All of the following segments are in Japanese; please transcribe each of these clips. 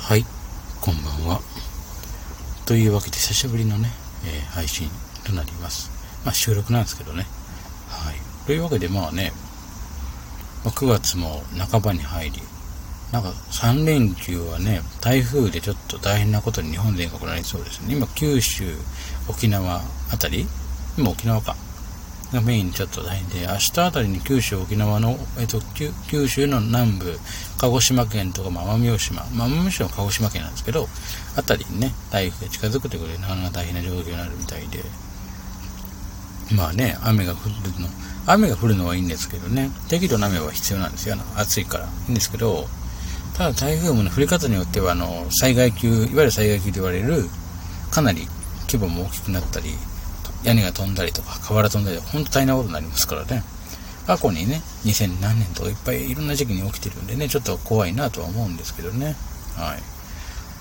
はい、こんばんは。というわけで久しぶりのね、配信となります。収録なんですけどね。はい。というわけで9月も半ばに入り、3連休はね、台風でちょっと大変なことに日本全国なりそうですね。今九州、沖縄あたり、今沖縄かがメインちょっと大変で、明日あたりに九州沖縄の、九州の南部、鹿児島県とか奄美大島、奄美大島は鹿児島県なんですけど、あたりにね、台風が近づくということで、なかなか大変な状況になるみたいで、雨が降るのはいいんですけどね、適度な雨は必要なんですよ。暑いからいいんですけど、ただ台風も、降り方によっては災害級、いわゆる災害級と言われるかなり規模も大きくなったり、屋根が飛んだりとか瓦飛んだりとか、本当大変なことになりますからね。過去にね、2000何年とかいっぱいいろんな時期に起きてるんでね、ちょっと怖いなとは思うんですけどね。はい。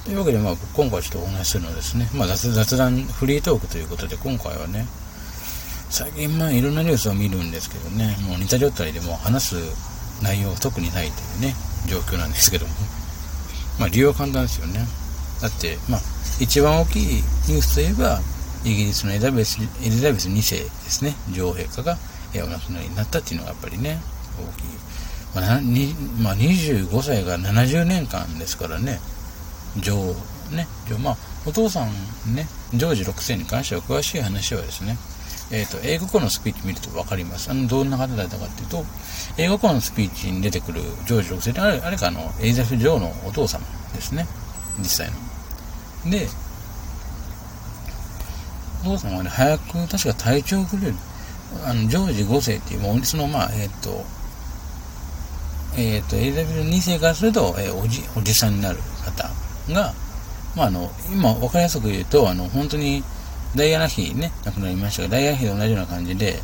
というわけで今回ちょっとお話しするのはですね、雑談フリートークということで、今回はね、最近いろんなニュースを見るんですけどね、もう似た状態でもう話す内容特にないというね、状況なんですけども。理由は簡単ですよね。だって、一番大きいニュースといえば、イギリスのエリザベス2世ですね、女王陛下がお亡くなりになったっていうのがやっぱりね、大きい。25歳が70年間ですからね、女王ね、お父さんね、ジョージ6世に関しては詳しい話はですね、英語のスピーチ見ると分かります。どんな方だったかっていうと、英語のスピーチに出てくるジョージ6世ってあれかエリザベス女王のお父様ですね、実際の。で、お父さんはね、早く確か体調不良、ジョージ5世っていう、エリザベス2世からすると、おじさんになる方が、今分かりやすく言うと、本当にダイアナ妃ね、亡くなりましたが、ダイアナ妃と同じような感じで、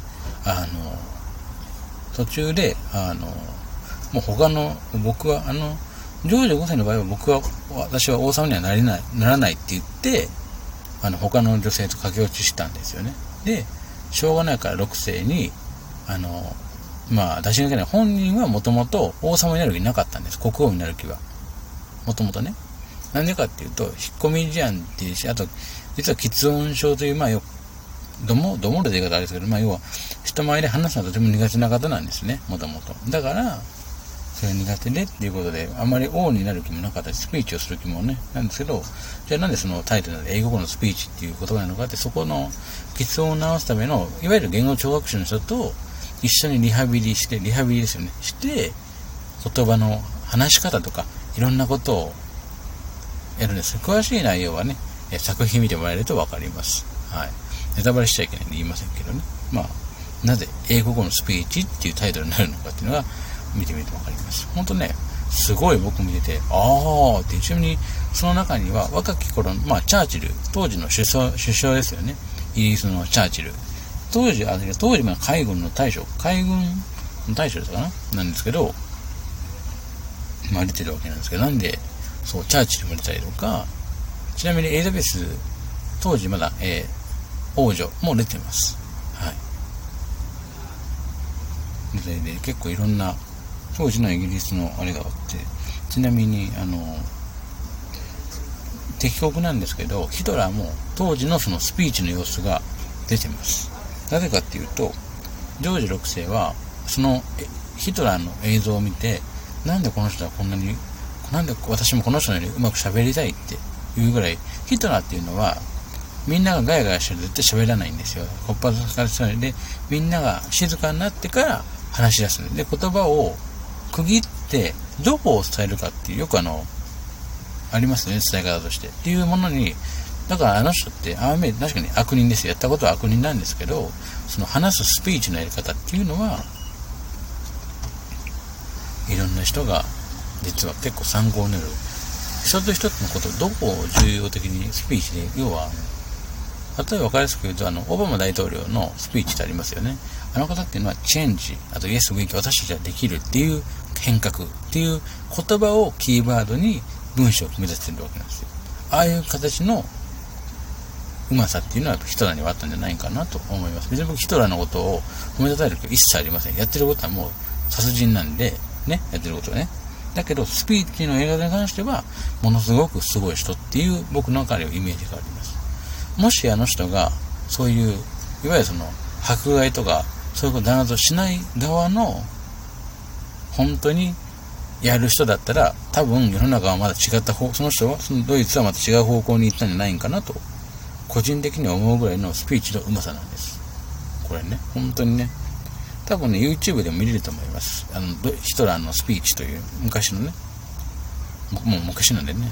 途中で、もう他の、僕は、ジョージ5世の場合は私は王様にはならないって言って、他の女性と駆け落ちしたんですよね。で、しょうがないから6世に、出し抜けない。本人はもともと王様になる気なかったんです。国王になる気は。もともとね。なんでかっていうと、引っ込み思案っていうし、あと、実は喫音症という、どもるという言い方あれですけど、要は、人前で話すのはとても苦手な方なんですね、もともと。だから、それが苦手でっていうことで、あまり王になる気もなかったし、スピーチをする気もね、なんですけど、じゃあなんでそのタイトルで英語のスピーチっていう言葉なのかって、そこの喫音を直すための、いわゆる言語聴覚士の人と一緒にリハビリですよね、して、言葉の話し方とか、いろんなことをやるんです。詳しい内容はね、作品見てもらえるとわかります。はい。ネタバレしちゃいけないんで言いませんけどね。なぜ英語のスピーチっていうタイトルになるのかっていうのが、見てみると分かります。本当ね、すごい僕見てて、って、ちなみにその中には若き頃の、チャーチル、当時の首相ですよね。イギリスのチャーチル。当時海軍の大将ですかななんですけど、出てるわけなんですけど、なんで、そう、チャーチルも出たりとか、ちなみにエリザベス、当時まだ、王女も出てます。はい。で、結構いろんな、当時のイギリスのあれがあって、ちなみに敵国なんですけど、ヒトラーも当時のそのスピーチの様子が出てます。なぜかっていうと、ジョージ6世はそのヒトラーの映像を見て、なんでこの人はなんで私もこの人よりうまく喋りたいっていうぐらい、ヒトラーっていうのはみんながガヤガヤしてると絶対喋らないんですよ。こっぱずかしで、みんなが静かになってから話し出すんで、言葉を区切ってどこを伝えるかっていう、よくありますね、伝え方としてっていうものに、だからあの人って確かに悪人ですよ。やったことは悪人なんですけど、その話すスピーチのやり方っていうのはいろんな人が実は結構参考になる。一つ一つのことをどこを重要的にスピーチで、要は例えば分かりやすく言うと、オバマ大統領のスピーチってありますよね。あの方っていうのはチェンジ、あと Yes, we can、 私たちはできるっていう変革っていう言葉をキーワードに文章を組み立ててるわけなんですよ。ああいう形のうまさっていうのはヒトラーにはあったんじゃないかなと思います。別に僕ヒトラーのことを褒めたたえる気は一切ありません。やってることはもう殺人なんでね、やってることはね。 だけどスピーチの映画に関してはものすごくすごい人っていう僕の中ではイメージがあります。もしあの人がそういういわゆるその迫害とかそういうこと弾圧をしない側の本当にやる人だったら、多分世の中はまだ違ったその人はそのドイツはまた違う方向に行ったんじゃないかなと個人的に思うぐらいのスピーチのうまさなんです。これね、本当にね、多分ね YouTube でも見れると思います。ヒトラーのスピーチという昔のね、もう昔なんでね。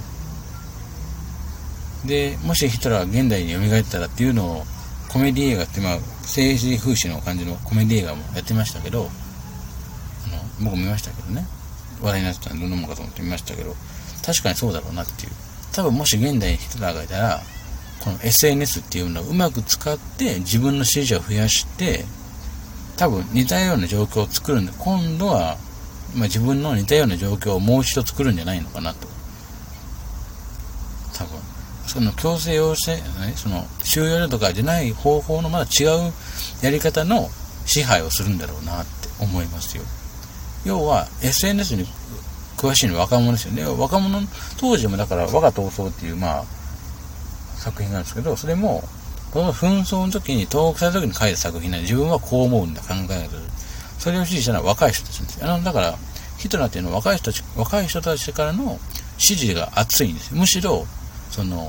で、もしヒトラーが現代に蘇ったらっていうのをコメディ映画って、政治風刺の感じのコメディ映画もやってましたけど、僕見ましたけどね、話題になってたんでどんなものかと思って見ましたけど、確かにそうだろうなっていう。多分もし現代にヒトラーがいたら、この SNS っていうのをうまく使って自分の支持を増やして、多分似たような状況を作るんで、今度は、自分の似たような状況をもう一度作るんじゃないのかなと。多分その強制要請、その収容所とかじゃない方法のまだ違うやり方の支配をするんだろうなって思いますよ。要は SNS に詳しいのは若者ですよね。若者当時もだから我が闘争っていう作品なんですけど、それもこの紛争の時に投獄された時に書いた作品なんで、自分はこう思うんだ、考えがする。それを支持したのは若い人たちなんですよ。だからヒトラーっていうのは若い人たちからの支持が熱いんですよ。むしろその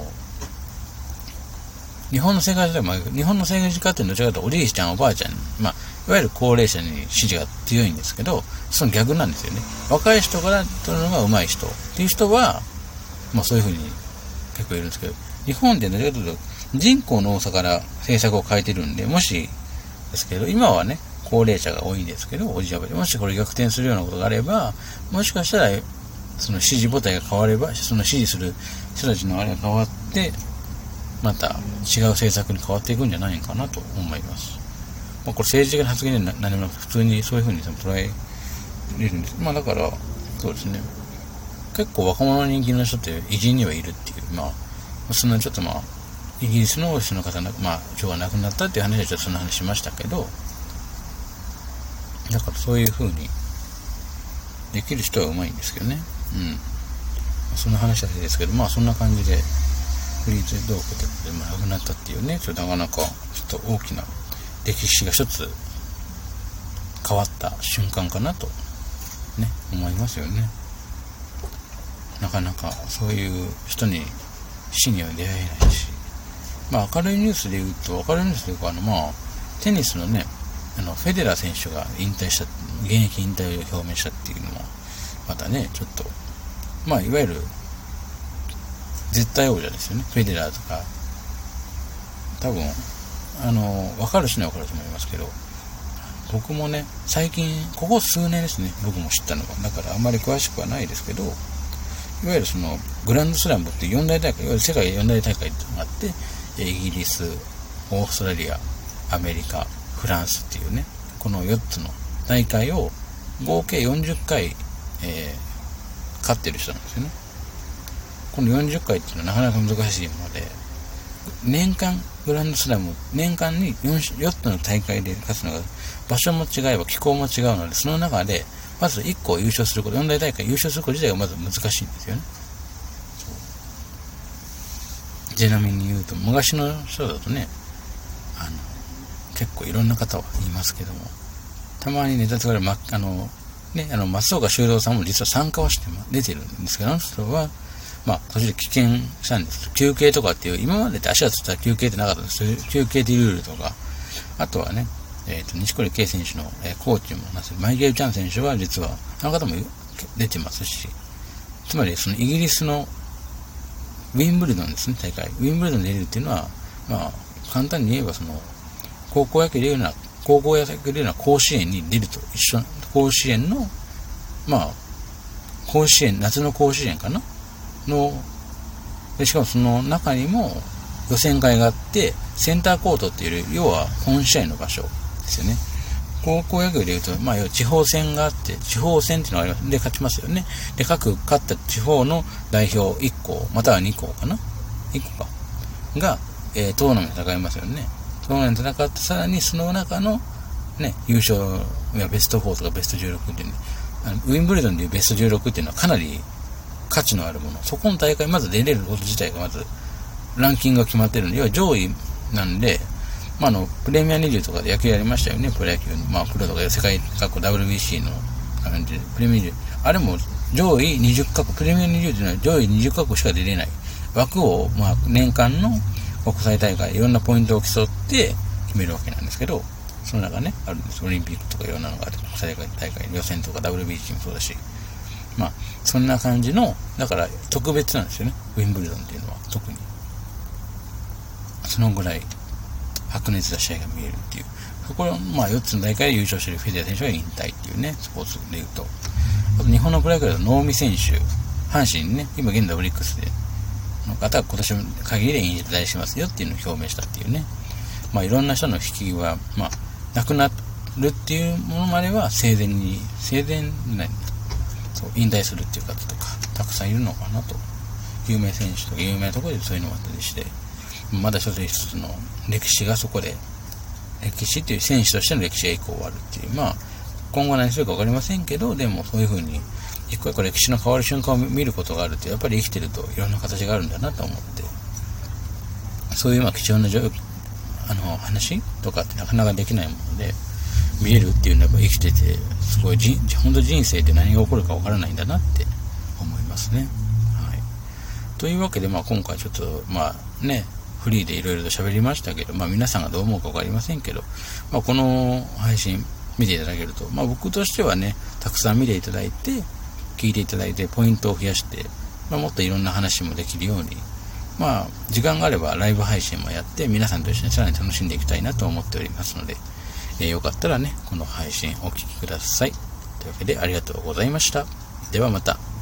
日本の政治家っていうのはどちらかというとおじいちゃんおばあちゃん、いわゆる高齢者に支持が強いんですけど、その逆なんですよね。若い人から取るのが上手い人っていう人はそういうふうに結構いるんですけど、日本でどちらかというと人口の多さから政策を変えてるんで、もしですけど今はね高齢者が多いんですけど、おじいちゃんおばあちゃん、もしこれ逆転するようなことがあれば、もしかしたらその支持母体が変われば、その支持する人たちのあれが変わって、また違う政策に変わっていくんじゃないかなと思います。これ政治的な発言には何もなく普通にそういうふうに捉えれるんです。だからそうですね、結構若者の人気の人って偉人にはいるっていう、そんなちょっとイギリスの人の方が今日は亡くなったっていう話はちょっとそんな話しましたけど、だからそういうふうにできる人はうまいんですけどね。そんな話ですけど、そんな感じでフリーズドークで亡くなったっていうね、なかなかちょっと大きな歴史が一つ変わった瞬間かなとね思いますよね。なかなかそういう人に死には出会えないし、明るいニュースで言うと、テニスのねフェデラー選手が現役引退を表明したっていうのもまたねちょっといわゆる絶対王者ですよね。フェデラーとか多分分かる人には分かると思いますけど、僕もね最近ここ数年ですね僕も知ったのは。だからあんまり詳しくはないですけど、いわゆるそのグランドスラムって4大大会、いわゆる世界4大大会っていうのがあって、イギリス、オーストラリア、アメリカ、フランスっていうね、この4つの大会を合計40回、勝ってる人なんですよね。この40回っていうのはなかなか難しいので、年間グランドスラム、年間に 4つの大会で勝つのが場所も違えば気候も違うので、その中でまず1個優勝すること、4大大会優勝すること自体がまず難しいんですよね。ちなみに言うと、昔の人だとね、結構いろんな方は言いますけども、たまにネタとかで松岡修造さんも実は参加をして出てるんですけど、あの人は途中で棄権したんです。休憩とかっていう、今までって足がつったら休憩ってなかったんですよ。休憩っていうルールとか、あとはね、錦織圭選手の、コーチもなすマイケル・チャン選手は実はあの方も出てますし、つまりそのイギリスのウィンブルドンですね、大会ウィンブルドンで出るっていうのは簡単に言えばその高校野球でいうような甲子園に出ると一緒、甲子園の夏の甲子園かなので、しかもその中にも予選会があって、センターコートっていう要は本試合の場所ですよね。高校野球でいうと要は地方戦があって、地方戦っていうのがありますで勝ちますよね。で勝った地方の代表1校または2校かな、1個かが、トーナメント戦いますよね。トーナメント戦って、さらにその中のね優勝やベスト4とかベスト16っていうね、 ウィンブルドンでいうベスト16っていうのはかなり価値のあるもの。そこの大会まず出れること自体がまずランキングが決まってるんで、要は上位なんで、プレミア20とかで野球やりましたよね、プロ野球。プロとか世界各国 WBC の感じで、プレミア20。あれも上位20カ国、プレミア20というのは上位20カ国しか出れない枠を、年間の国際大会、いろんなポイントを競って決めるわけなんですけど、その中ね、あるんです。オリンピックとかいろんなのがあって、国際大会、予選とか WBC もそうだし、そんな感じの、だから特別なんですよね、ウィンブルドンっていうのは、特に。そのぐらい白熱な試合が見えるっていう。そこの、4つの大会で優勝しているフェデラ選手が引退っていうね、スポーツでいうと。あと日本のプロ野球だと能見選手、阪神にね、今現在オリックスで、の方が今年限りで引退しますよっていうのを表明したっていうね。いろんな人の引きは、亡くなるっていうものまでは生前そう引退するっていう方とかたくさんいるのかなと。有名選手とか有名なところでそういうのがあったりして、まだ一つ一つの歴史がそこで、歴史っていう選手としての歴史が一個終わるっていう、今後何するか分かりませんけど、でもそういう風に一個一個歴史の変わる瞬間を見ることがあるって、やっぱり生きてるといろんな形があるんだなと思って、そういう貴重な話とかってなかなかできないもので見えるっていうのはやっぱ生きてて、すごい本当人生って何が起こるか分からないんだなって思いますね。はい。というわけで今回ちょっとフリーでいろいろと喋りましたけど、皆さんがどう思うか分かりませんけど、この配信見ていただけると、僕としてはね、たくさん見ていただいて聞いていただいてポイントを増やして、もっといろんな話もできるように、時間があればライブ配信もやって皆さんと一緒にさらに楽しんでいきたいなと思っておりますので、よかったらねこの配信お聞きください。というわけでありがとうございました。ではまた。